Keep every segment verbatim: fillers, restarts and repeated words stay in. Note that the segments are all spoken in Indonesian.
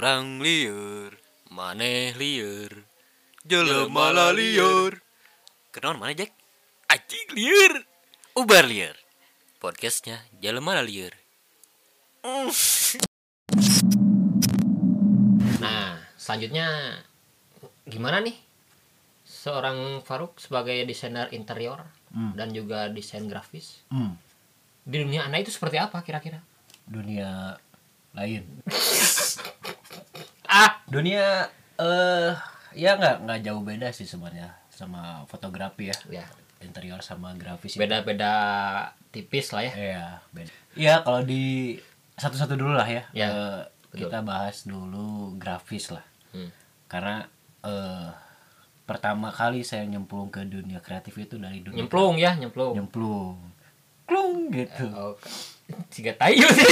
Urang lieur, maneh lieur, jelema lah lieur. Kenaon mana Jack? Acing lieur, ubar lieur. Podcastnya jelema lah lieur. Nah, selanjutnya gimana nih seorang Faruk sebagai desainer interior hmm. dan juga desain grafis hmm. di dunia Anda itu seperti apa kira-kira? Dunia lain. ah, dunia eh uh, ya nggak nggak jauh beda sih sebenarnya sama fotografi ya. Ya. Interior sama grafis. Beda-beda itu. Tipis lah ya. Iya, beda. Iya, kalau di satu-satu dulu lah ya. Ya uh, kita bahas dulu grafis lah. Hmm. Karena uh, pertama kali saya nyemplung ke dunia kreatif itu dari dunia nyemplung kreatif. ya, nyemplung. Nyemplung. Klung gitu. Oh, siga tayu sih.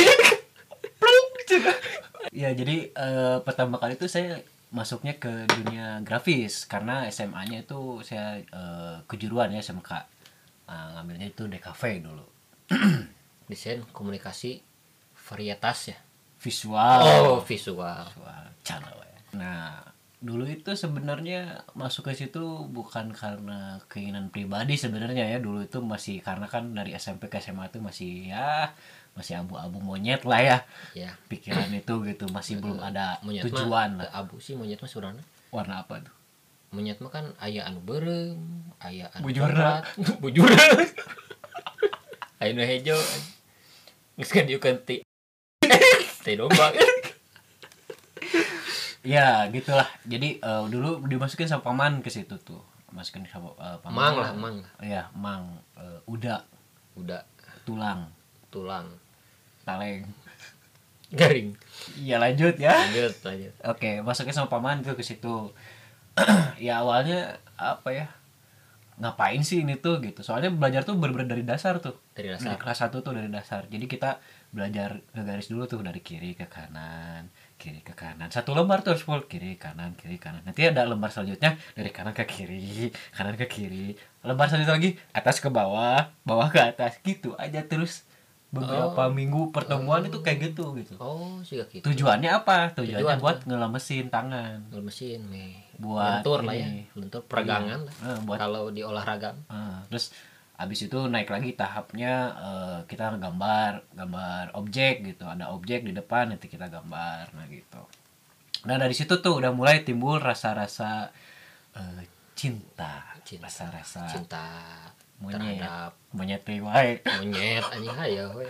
Ya jadi uh, pertama kali itu saya masuknya ke dunia grafis karena S M A-nya itu saya uh, kejuruan ya S M K. Uh, ngambilnya itu D K V dulu. Desain komunikasi varietas ya. Visual. Oh, visual. Visual. Channel ya. Nah, dulu itu sebenarnya masuk ke situ bukan karena keinginan pribadi sebenarnya ya. Dulu itu masih karena kan dari S M P ke S M A itu masih ya masih abu-abu monyet lah ya. Ya. Pikiran itu gitu masih belum ada monyet tujuan mah, lah. Abu sih monyet mah sebenarnya. Warna apa tuh? Monyet mah kan aya anu beureum, aya anu bujurna. Bujurna. Aya nu hejo. Geus kan diukeun ti. Teh domba. Ya, gitulah. Jadi uh, dulu dimasukin sama paman ke situ tuh. Masukin sama uh, paman. Mang lah, mang. Iya, mang. Uh, uda. Uda. Tulang. Tulang. Taleng. Garing. Iya, lanjut ya. Lanjut, lanjut. Oke, masukin sama paman tuh ke situ. Ya awalnya apa ya? Ngapain sih ini tuh gitu. Soalnya belajar tuh bener-bener dari dasar tuh. Dari dasar. Dari kelas satu tuh dari dasar. Jadi kita belajar ngegaris dulu tuh dari kiri ke kanan, kiri ke kanan. Satu lembar tuh full kiri kanan kiri kanan. Nanti ada lembar selanjutnya dari kanan ke kiri, kanan ke kiri. Lembar selanjutnya lagi atas ke bawah, bawah ke atas gitu aja terus. Beberapa oh. minggu pertemuan oh. itu kayak gitu gitu. Oh, sih gitu. Tujuannya apa? Tujuannya Tujuan buat ngelemesin tangan. Ngelemesin nih. Buat lentur lah ya. Lentur peregangan lah. Uh, buat kalau di olahraga. Uh, terus abis itu naik lagi tahapnya uh, kita gambar, gambar objek gitu. Ada objek di depan nanti kita gambar nah gitu. Nah, dari situ tuh udah mulai timbul rasa-rasa uh, cinta, cinta, rasa-rasa cinta monyet, terhadap monyet riwayat. Monyet anjing hayo we.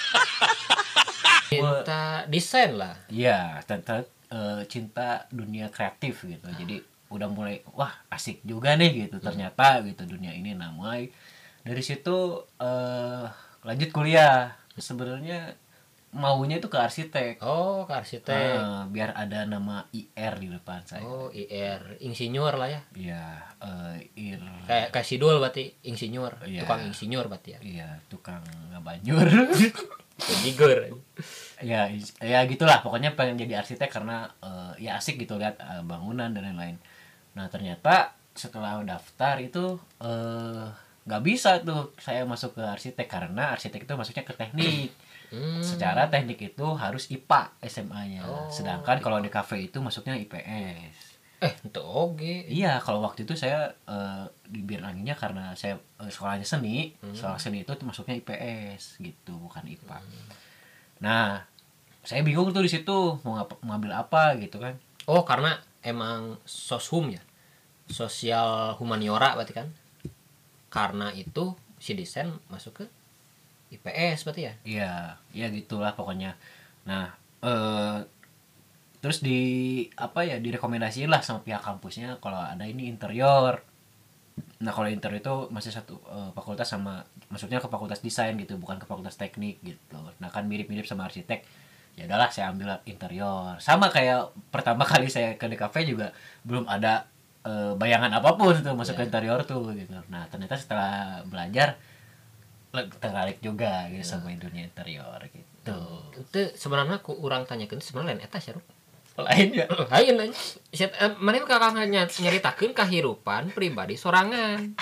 Cinta desain lah. Iya, tentang uh, cinta dunia kreatif gitu. Jadi udah mulai wah asik juga nih gitu. Ternyata gitu dunia ini nah mulai dari situ uh, lanjut kuliah. Sebenarnya maunya itu ke arsitek. Oh, ke arsitek. Uh, biar ada nama I R di depan saya. Oh, I R, insinyur lah ya. Iya, uh, I R. Kayak kayak Sidul berarti insinyur, ya. Tukang insinyur berarti ya. Iya, tukang ngabanjur. Jigur. Ya, ya gitulah. Pokoknya pengen jadi arsitek karena uh, ya asik gitu lihat uh, bangunan dan lain-lain. Nah, ternyata setelah daftar itu uh, nggak bisa tuh saya masuk ke arsitek karena arsitek itu masuknya ke teknik. Hmm. Secara teknik itu harus I P A S M A-nya. Oh, sedangkan kalau di kafe itu masuknya I P S. Eh, itu oke. Iya, kalau waktu itu saya uh, dibilanginnya karena saya uh, sekolahnya seni, hmm. sekolah seni itu masuknya I P S gitu, bukan I P A. Hmm. Nah, saya bingung tuh di situ mau ngap- ngambil apa gitu kan. Oh, karena emang soshum ya. Sosial humaniora berarti kan. Karena itu si desain masuk ke I P S berarti ya? Iya, ya gitulah pokoknya. Nah, eh, terus di apa ya direkomendasiin lah sama pihak kampusnya kalau ada ini interior. Nah, kalau interior itu masih satu eh, fakultas sama masuknya ke fakultas desain gitu, bukan ke fakultas teknik gitu. Nah, kan mirip-mirip sama arsitek. Ya udahlah saya ambil interior. Sama kayak pertama kali saya ke D K V juga belum ada eh, bayangan apapun tuh masuk yeah. ke interior tuh gitu. Nah, ternyata setelah belajar tertarik juga gitu ya. Sama dunia interior gitu. Itu sebenarnya ku urang tanyakeun sebenarnya lain eta sih, lain ya. Lain lain. Set mana kakak nyaritakeun kahirupan pribadi sorangan.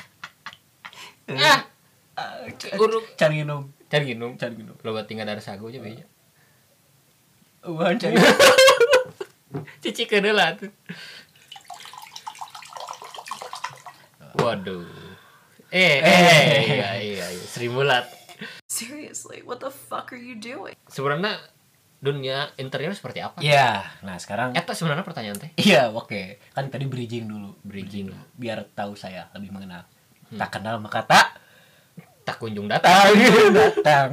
Ya. Uruk cari minum, cari minum, cari minum. Loba tinggal dari sagu aja beja. Uang cari. Cicikeun heula tuh. Waduh. Eh, eh, iya, iya, iya. Sri Mulat. Seriously, what the fuck are you doing? Sebenarnya dunia interior seperti apa? Iya, nah sekarang Eta sebenarnya pertanyaan teh. iya oke okay. Kan tadi bridging dulu, Bridging. dulu biar tahu saya lebih mengenal. Hmm. Tak kenal maka tak Tak kunjung datang. datang.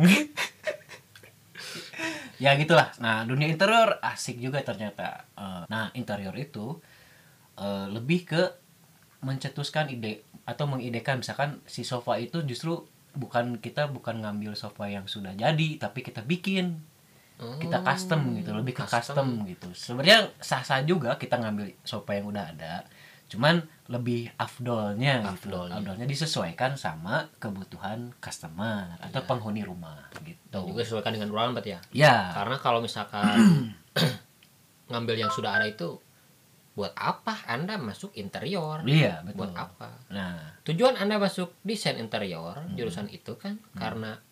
Ya gitulah. Nah dunia interior asik juga ternyata. Uh, nah interior itu uh, lebih ke mencetuskan ide atau mengidekan misalkan si sofa itu justru bukan kita bukan ngambil sofa yang sudah jadi tapi kita bikin. Kita custom gitu, lebih ke custom, custom gitu. Sebenarnya sah-sah juga kita ngambil sofa yang udah ada, cuman lebih afdolnya gitu. Afdolnya. Afdolnya disesuaikan sama kebutuhan customer ya. Atau penghuni rumah gitu. Dan juga sesuaikan dengan ruangan berarti ya. Ya. Karena kalau misalkan ngambil yang sudah ada itu buat apa Anda masuk interior? Iya, betul. Buat apa? Nah, tujuan Anda masuk desain interior, hmm. jurusan itu kan hmm. karena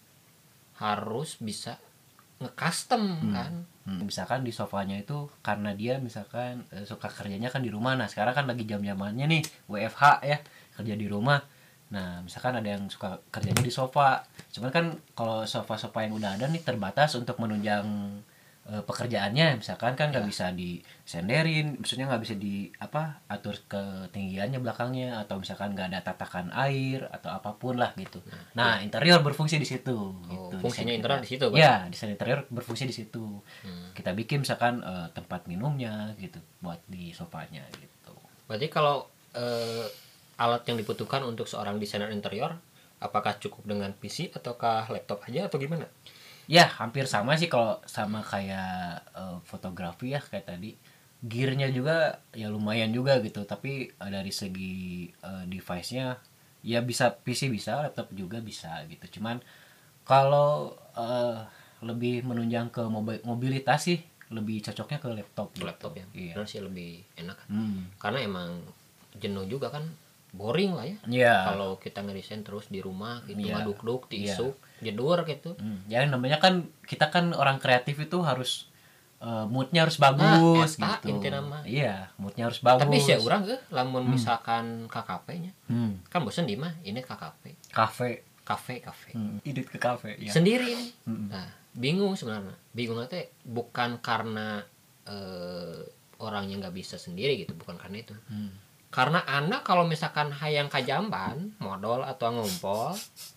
harus bisa nge-custom hmm. kan. Hmm. Misalkan di sofanya itu karena dia misalkan eh, suka kerjanya kan di rumah. Nah, sekarang kan lagi jam-jamannya nih W F H ya, kerja di rumah. Nah, misalkan ada yang suka kerjanya di sofa. Cuman kan kalau sofa-sofa yang udah ada nih terbatas untuk menunjang eh, pekerjaannya. Misalkan kan nggak ya. Bisa disenderin, maksudnya nggak bisa di apa atur ketinggiannya belakangnya atau misalkan nggak ada tatakan air atau apapun lah gitu. Nah, nah ya. Interior berfungsi di situ. Oh, gitu. Fungsinya interior di situ, Pak? Ya, desain interior berfungsi di situ. Hmm. Kita bikin misalkan uh, tempat minumnya gitu buat di sofanya gitu. Berarti kalau uh, alat yang dibutuhkan untuk seorang desainer interior apakah cukup dengan P C ataukah laptop aja atau gimana? Ya, hampir sama sih kalau sama kayak uh, fotografi ya kayak tadi. Gearnya juga ya lumayan juga gitu, tapi uh, dari segi uh, device-nya ya bisa P C bisa, laptop juga bisa gitu. Cuman kalau uh, lebih menunjang ke mobi- mobilitas sih lebih cocoknya ke laptop. Laptop ya, iya. Karena sih lebih enak. Hmm. Karena emang jenuh juga kan, boring lah ya. Yeah. Kalau kita ngedesain terus di rumah gitu, yeah. ngaduk-duk, diisuk, yeah. jedur gitu. Hmm. Ya namanya kan kita kan orang kreatif itu harus uh, moodnya harus bagus nah, gitu. Inti nama. Iya, moodnya harus bagus. Tapi sih urang ge, lamun hmm. misalkan K K P-nya, hmm. kan bosan di mah, ini K K P. Kafe. Kafe, kafe. Hmm. Idit ke kafe. Ya. Sendiri nih. Hmm. Nah, bingung sebenarnya. Bingungnya teh bukan karena uh, orangnya nggak bisa sendiri gitu, bukan karena itu. Hmm. Karena Anda kalau misalkan hayang kajamban, modal atau ngumpul,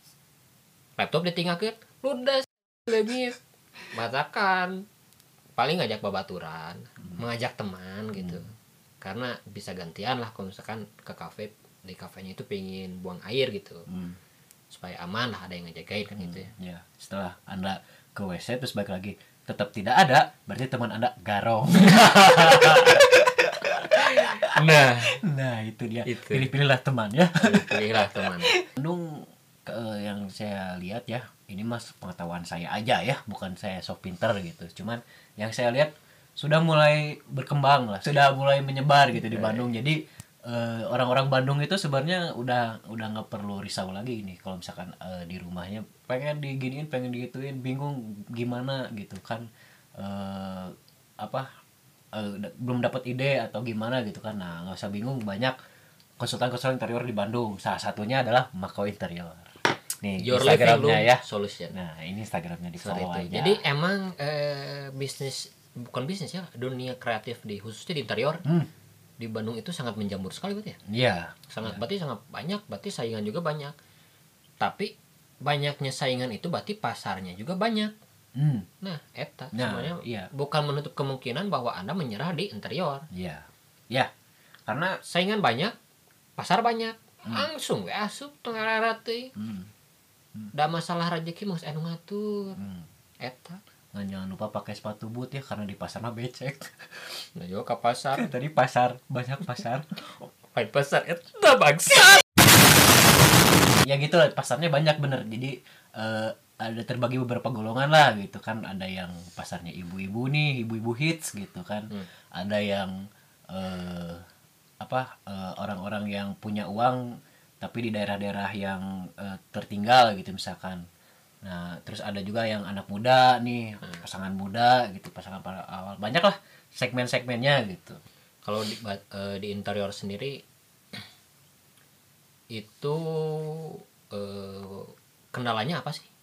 laptop ditinggalkeun, ludes lebih batakan. Paling ngajak babaturan, hmm. mengajak teman gitu. Hmm. Karena bisa gantian lah kalau misalkan ke kafe, di kafenya itu pengen buang air gitu. Hmm. Supaya aman lah, ada yang ngejagain kan hmm. gitu ya. Ya, setelah Anda ke W C terus balik lagi tetap tidak ada, berarti teman Anda garong. Nah, nah itu dia. Itu. Pilih-pilihlah teman ya. Pilih-pilihlah teman. Bandung uh, yang saya lihat ya, ini mas pengetahuan saya aja ya, bukan saya sok pinter gitu. Cuman yang saya lihat sudah mulai berkembang lah, sudah mulai menyebar gitu di Bandung. Jadi uh, orang-orang Bandung itu sebenarnya udah udah nggak perlu risau lagi nih kalau misalkan uh, di rumahnya pengen diginiin, pengen digituin, bingung gimana gitu kan, uh, apa uh, d- belum dapat ide atau gimana gitu kan. Nah nggak usah bingung, banyak konsultan-konsultan interior di Bandung. Salah satunya adalah Mako Interior. Nih Your Instagramnya ya. Solution. Nah ini Instagramnya di follow aja. Jadi emang eh, bisnis bukan bisnis ya, dunia kreatif di khususnya di interior hmm. di Bandung itu sangat menjamur sekali berarti ya. Iya. Sangat ya. Berarti sangat banyak, berarti saingan juga banyak. Tapi banyaknya saingan itu berarti pasarnya juga banyak. Hmm. Nah, eta nah, sebenarnya iya. bukan menutup kemungkinan bahwa Anda menyerah di interior. Iya. Ya. Karena saingan banyak, pasar banyak. Hmm. Langsung we asup tengah teh. Hmm. Hmm. Da masalah rezeki mah anu ngatur. Hmm. Eta. Nah, jangan lupa pakai sepatu boot ya karena di pasar mah becek. Nah, juga ke pasar. Tadi pasar, banyak pasar. Pakai pasar eta bangsa. Ya gitu lah, pasarnya banyak bener. Jadi uh, ada terbagi beberapa golongan lah gitu kan. Ada yang pasarnya ibu-ibu nih, ibu-ibu hits gitu kan. Hmm. Ada yang uh, apa uh, orang-orang yang punya uang tapi di daerah-daerah yang uh, tertinggal gitu misalkan. Nah terus ada juga yang anak muda nih, hmm. pasangan muda gitu, pasangan pada awal banyak lah. segmen-segmennya gitu. Kalau di, ba- eh, di interior sendiri itu eh, kendalanya apa sih?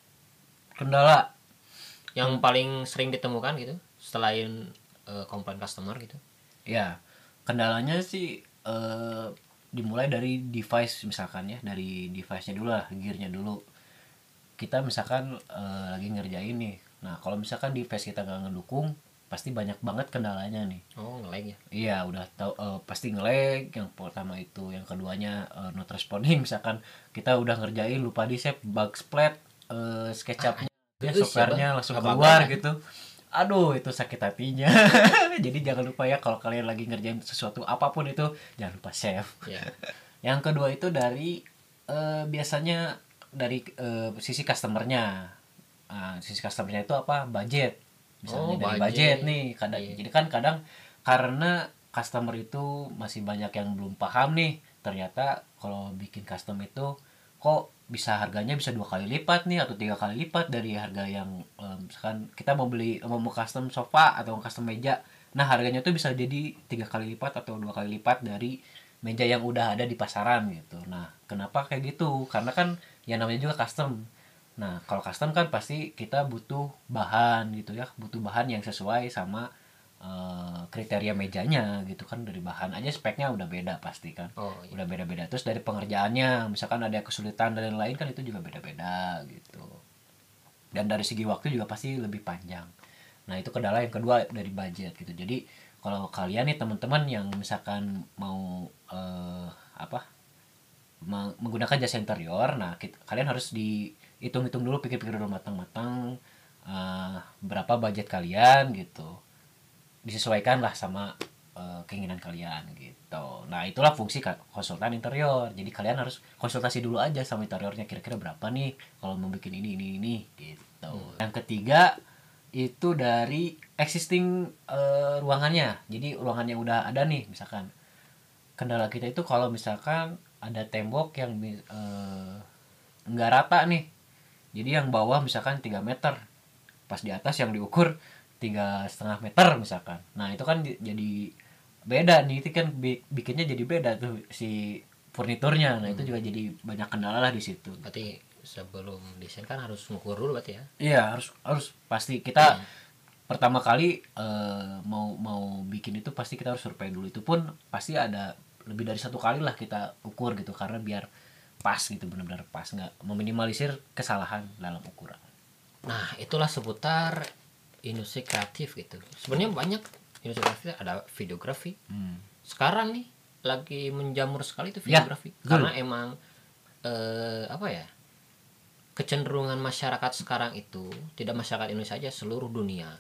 Kendala Yang paling sering ditemukan gitu selain eh, komplain customer gitu. ya, kendalanya sih eh, dimulai dari device misalkan ya, dari device-nya dulu lah, gear-nya dulu. Kita misalkan eh, lagi ngerjain nih. Nah, kalau misalkan device kita nggak ngedukung, pasti banyak banget kendalanya nih. Oh, nge-lag ya. Iya, udah tahu eh, pasti nge-lag yang pertama itu, yang keduanya eh, not responding. Misalkan kita udah ngerjain lupa di save, bug splat, eh, SketchUp-nya, ya, Terus software-nya siapa? langsung Abang keluar kan? gitu. Aduh, itu sakit hatinya. Jadi jangan lupa ya, kalau kalian lagi ngerjain sesuatu apapun itu, jangan lupa save. Ya. Yang kedua itu dari eh, biasanya dari eh, sisi customernya. Nah, sisi customernya itu apa? Budget. Misalnya Oh, dari budget. budget nih. Kadang, Iya. Jadi kan kadang karena customer itu masih banyak yang belum paham nih. Ternyata kalau bikin custom itu kok bisa harganya bisa dua kali lipat nih atau tiga kali lipat dari harga yang eh, misalkan kita mau beli mau mau custom sofa atau custom meja. Nah, harganya tuh bisa jadi tiga kali lipat atau dua kali lipat dari meja yang udah ada di pasaran gitu. Nah, kenapa kayak gitu? Karena kan ya namanya juga custom. Nah, kalau custom kan pasti kita butuh bahan gitu ya, butuh bahan yang sesuai sama eh, kriteria mejanya gitu kan. Dari bahan aja speknya udah beda pasti kan. Oh, iya. Udah beda-beda. Terus dari pengerjaannya, misalkan ada kesulitan dan lain-lain kan itu juga beda-beda gitu. Dan dari segi waktu juga pasti lebih panjang. Nah, itu kendala yang kedua dari budget gitu. Jadi kalau kalian nih teman-teman yang misalkan mau eh, apa meng- menggunakan jasa interior, nah kit- kalian harus dihitung-hitung dulu, pikir-pikir dulu matang-matang eh, berapa budget kalian gitu, disesuaikan lah sama eh, keinginan kalian gitu. Nah, itulah fungsi ka- konsultan interior. Jadi kalian harus konsultasi dulu aja sama interiornya, kira-kira berapa nih kalau mau bikin ini ini ini gitu. Yang ketiga itu dari existing eh, ruangannya. Jadi ruangan yang udah ada nih, misalkan kendala kita itu kalau misalkan ada tembok yang eh, nggak rata nih. Jadi yang bawah misalkan tiga meter, pas di atas yang diukur tiga setengah meter misalkan. Nah, itu kan di- jadi beda nih, itu kan bi- bikinnya jadi beda tuh si furniturnya. Nah, itu juga jadi banyak kendala lah di situ. Berarti sebelum desain kan harus ngukur dulu berarti ya. Iya, harus harus pasti kita pertama kali eh, mau mau bikin itu pasti kita harus survei dulu. Itu pun pasti ada lebih dari satu kali lah kita ukur gitu, karena biar pas gitu, benar-benar pas, nggak meminimalisir kesalahan dalam ukuran. Nah, itulah seputar industri kreatif gitu. Sebenarnya banyak industri kreatif, ada videografi. Sekarang nih lagi menjamur sekali itu Ya, videografi. betul. Karena emang eh, apa ya? Kecenderungan masyarakat sekarang itu, tidak masyarakat Indonesia saja, seluruh dunia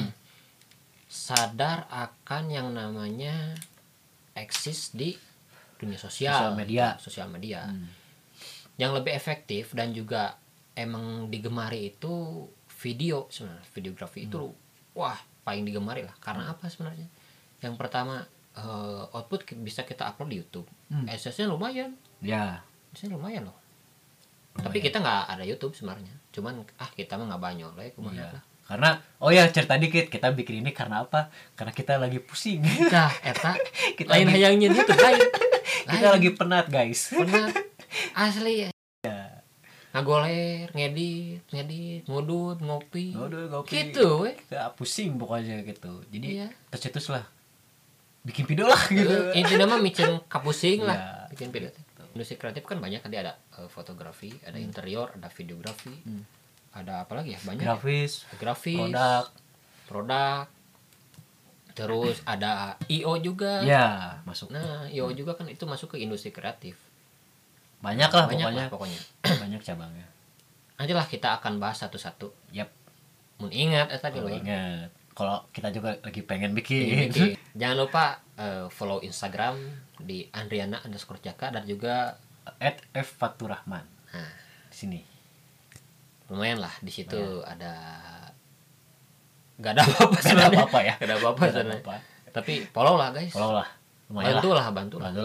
sadar akan yang namanya eksis di dunia sosial, Sosial media. sosial media. Yang lebih efektif dan juga emang digemari itu video sebenarnya. Videografi itu wah paling digemari lah. Karena apa sebenarnya? Yang pertama eh, output ki- bisa kita upload di YouTube. S S-nya lumayan, Ya, S S-nya lumayan loh. Tapi kita nggak ada YouTube sebenarnya. Cuman ah kita mah nggak banyak lah, kumaha iya. lah. Karena oh ya, cerita dikit, kita bikin ini karena apa? Karena kita lagi pusing. Dah, eta Kita lain lagi- hayang nyen YouTube lain. Kita lagi penat, guys. Pernah asli ya. Ngagoler, ngedit, ngedit, ngudut, ngopi. Ngudut, ngopi. Gitu, weh. Kita pusing pokoknya gitu. Jadi Iya. tercetus lah. Bikin video lah gitu. Eh, intinya mah micin kapusing Iya. lah bikin video teh. Industri kreatif kan banyak, tadi ada eh, fotografi, ada interior, ada videografi, ada apa lagi ya, banyak ya. Grafis, Grafis, produk. produk, terus ada I O juga. Ya, masuk. Nah, I O juga kan itu masuk ke industri kreatif. Banyak lah Banyak pokoknya. lah pokoknya. Banyak cabangnya. Nantilah kita akan bahas satu-satu. Yap. Mun ingat eh tadi Kalau loh. ingat, kalau kita juga lagi pengen Ini bikin. bikin. Jangan lupa eh, follow Instagram di Andriana underscore Jaka dan juga At F Faturrahman. nah, Di sini. lumayan lah di situ ada gak ada apa-apa Gak ada sebenarnya. apa-apa ya. Gak ada apa-apa Gak ada sebenarnya. apa-apa. Tapi follow lah guys. Follow lah. Lumayan Bantu lah. lah, bantu lah. Bantu lah.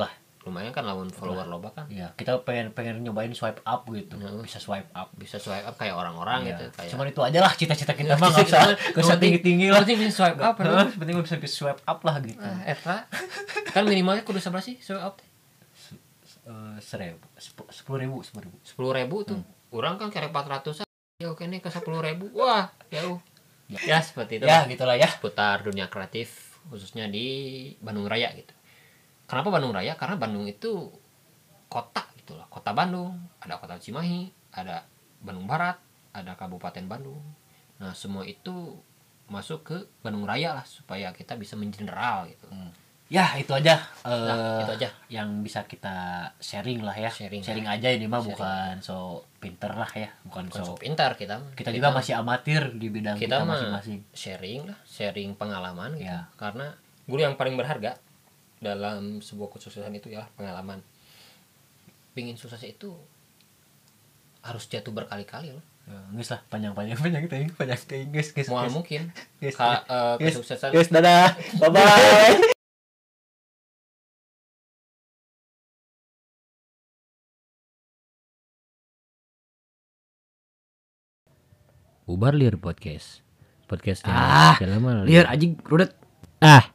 lumayan kan lawan follower loba kan. Iya, kita pengen pengen nyobain swipe up gitu. Heeh. Bisa swipe up. Bisa swipe up kayak orang-orang Iya. gitu kayak. Cuman itu aja lah cita-cita kita Ya, mah nggak usah cita-cita nggak usah mah, tinggi-tinggi lah. penting bisa swipe up, Heeh, penting bisa swipe up lah gitu. Ah, eta kan minimalnya kudu seberapa sih swipe up teh? Eh, seribu sepu- sepuluh ribu sepuluh ribu. sepuluh ribu tuh. Orang kan kira empat ratus ya oke nih ke sepuluh ribu. Wah, jauh. Ya, seperti itu. Ya gitulah ya. Seputar dunia kreatif khususnya di Bandung Raya gitu. Kenapa Bandung Raya? Karena Bandung itu kota gitu loh. Kota Bandung, ada kota Cimahi, ada Bandung Barat, ada Kabupaten Bandung. Nah, semua itu masuk ke Bandung Raya lah supaya kita bisa mengeneral gitu. Ya itu aja. eh, Nah, itu aja. Yang bisa kita sharing lah ya. Sharing. aja ini mah Sharing. bukan so pinter lah ya, bukan, Bukan so so pintar kita mah. kita juga masih amatir di bidang kita, kita, mah masing-masing. sharing lah, sharing pengalaman gitu. Ya. Karena guru yang paling berharga dalam sebuah kesuksesan itu ya pengalaman. Pingin sukses itu harus jatuh berkali-kali loh. Ya, geus lah panjang-panjang panjang teuing panjang teuing geus geus. Mual geus. mungkin Geus, Ka, eh, geus, kesuksesan geus, dadah. Bye bye. Ubar Liar Podcast. Podcastnya Ah, Jalan Malam. liar anjing rudet. Ah,